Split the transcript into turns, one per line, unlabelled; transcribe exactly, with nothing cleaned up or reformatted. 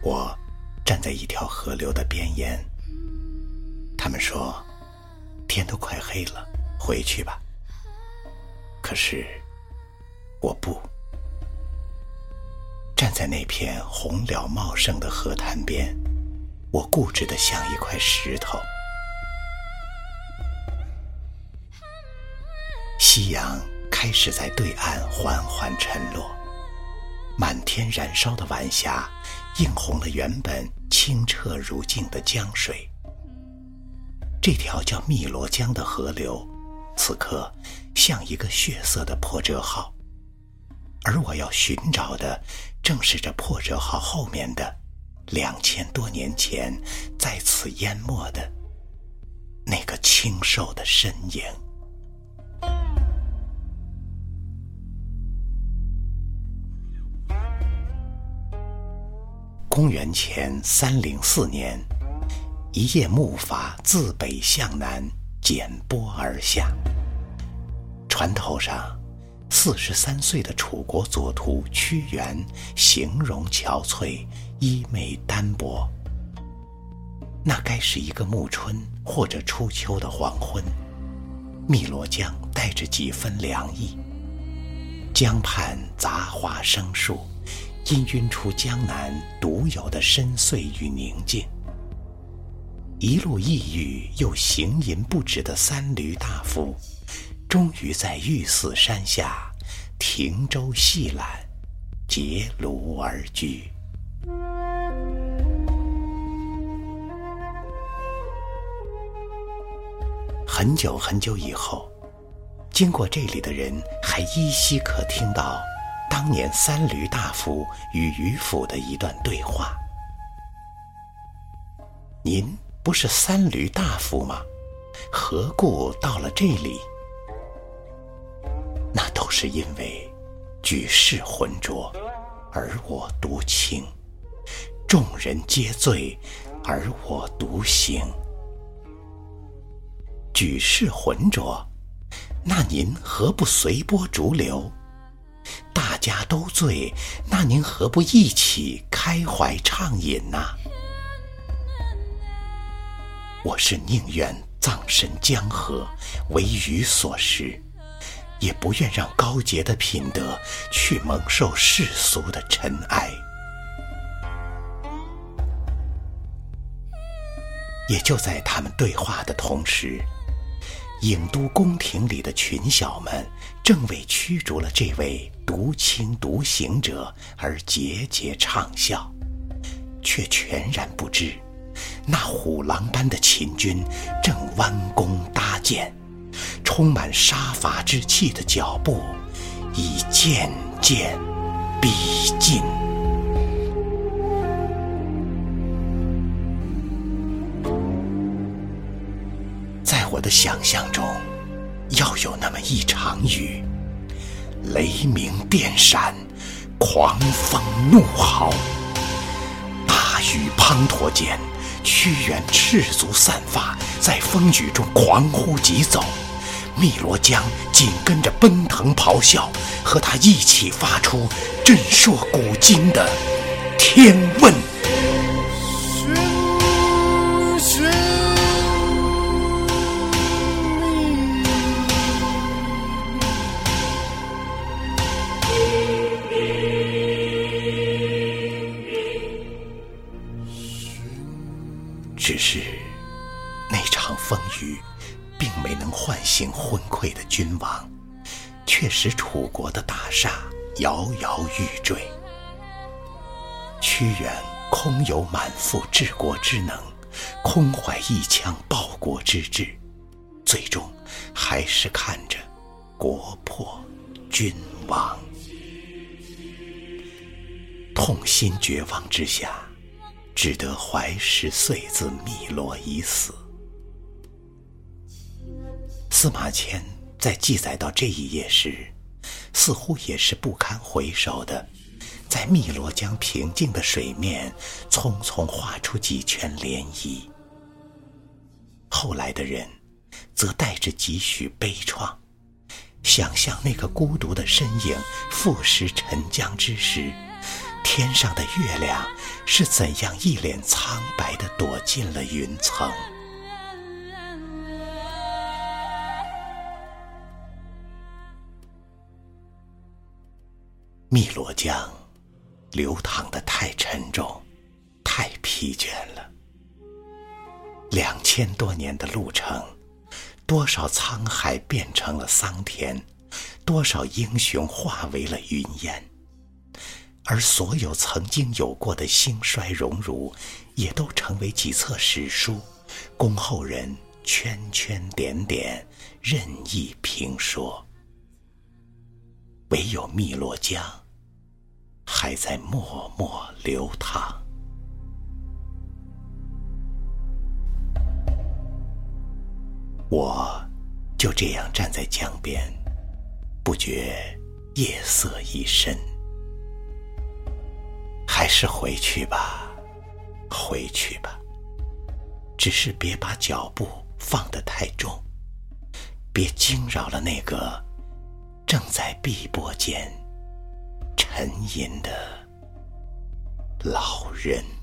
我站在一条河流的边沿，他们说天都快黑了，回去吧。可是我不，站在那片红柳茂盛的河滩边，我固执得像一块石头。夕阳开始在对岸缓缓沉落，满天燃烧的晚霞映红了原本清澈如镜的江水。这条叫汨罗江的河流此刻像一个血色的破折号，而我要寻找的正是这破折号后面的两千多年前在此淹没的那个清瘦的身影。公元前三零四年，一叶木筏自北向南剪波而下，船头上四十三岁的楚国左徒屈原形容憔悴，衣袂单薄。那该是一个暮春或者初秋的黄昏，汨罗江带着几分凉意，江畔杂花生树氤氲出江南独有的深邃与宁静。一路抑郁又行吟不止的三闾大夫，终于在玉寺山下停舟细览，结庐而居。很久很久以后，经过这里的人还依稀可听到当年三闾大夫与渔父的一段对话。您不是三闾大夫吗？何故到了这里？那都是因为举世浑浊，而我独清；众人皆醉，而我独醒。举世浑浊，那您何不随波逐流？大家都醉，那您何不一起开怀畅饮呢？我是宁愿葬身江河，为鱼所食，也不愿让高洁的品德去蒙受世俗的尘埃。也就在他们对话的同时，郢都宫廷里的群小们正为驱逐了这位独清独行者而节节畅笑，却全然不知那虎狼般的秦军正弯弓搭箭，充满杀伐之气的脚步已渐渐逼近。在我的想象中，要有那么一场雨，雷鸣电闪，狂风怒号，大雨滂沱间，屈原赤足散发，在风雨中狂呼疾走，汨罗江紧跟着奔腾咆哮，和他一起发出震烁古今的天问。只是那场风雨并没能唤醒昏聩的君王，却使楚国的大厦摇摇欲坠。屈原空有满腹治国之能，空怀一腔报国之志，最终还是看着国破君亡。痛心绝望之下，只得怀石岁自汨罗以死。司马迁在记载到这一页时，似乎也是不堪回首的，在汨罗江平静的水面匆匆画出几圈涟漪。后来的人则带着几许悲怆，想象那个孤独的身影覆蚀沉江之时， 天上的月亮是怎样一脸苍白地躲进了云层。汨罗江流淌得太沉重，太疲倦了。两千多年的路程，多少沧海变成了桑田，多少英雄化为了云烟，而所有曾经有过的兴衰荣辱，也都成为几册史书，供后人圈圈点点任意评说。唯有汨罗江还在默默流淌。我就这样站在江边，不觉夜色已深。还是回去吧，回去吧，只是别把脚步放得太重，别惊扰了那个正在碧波间沉吟的老人。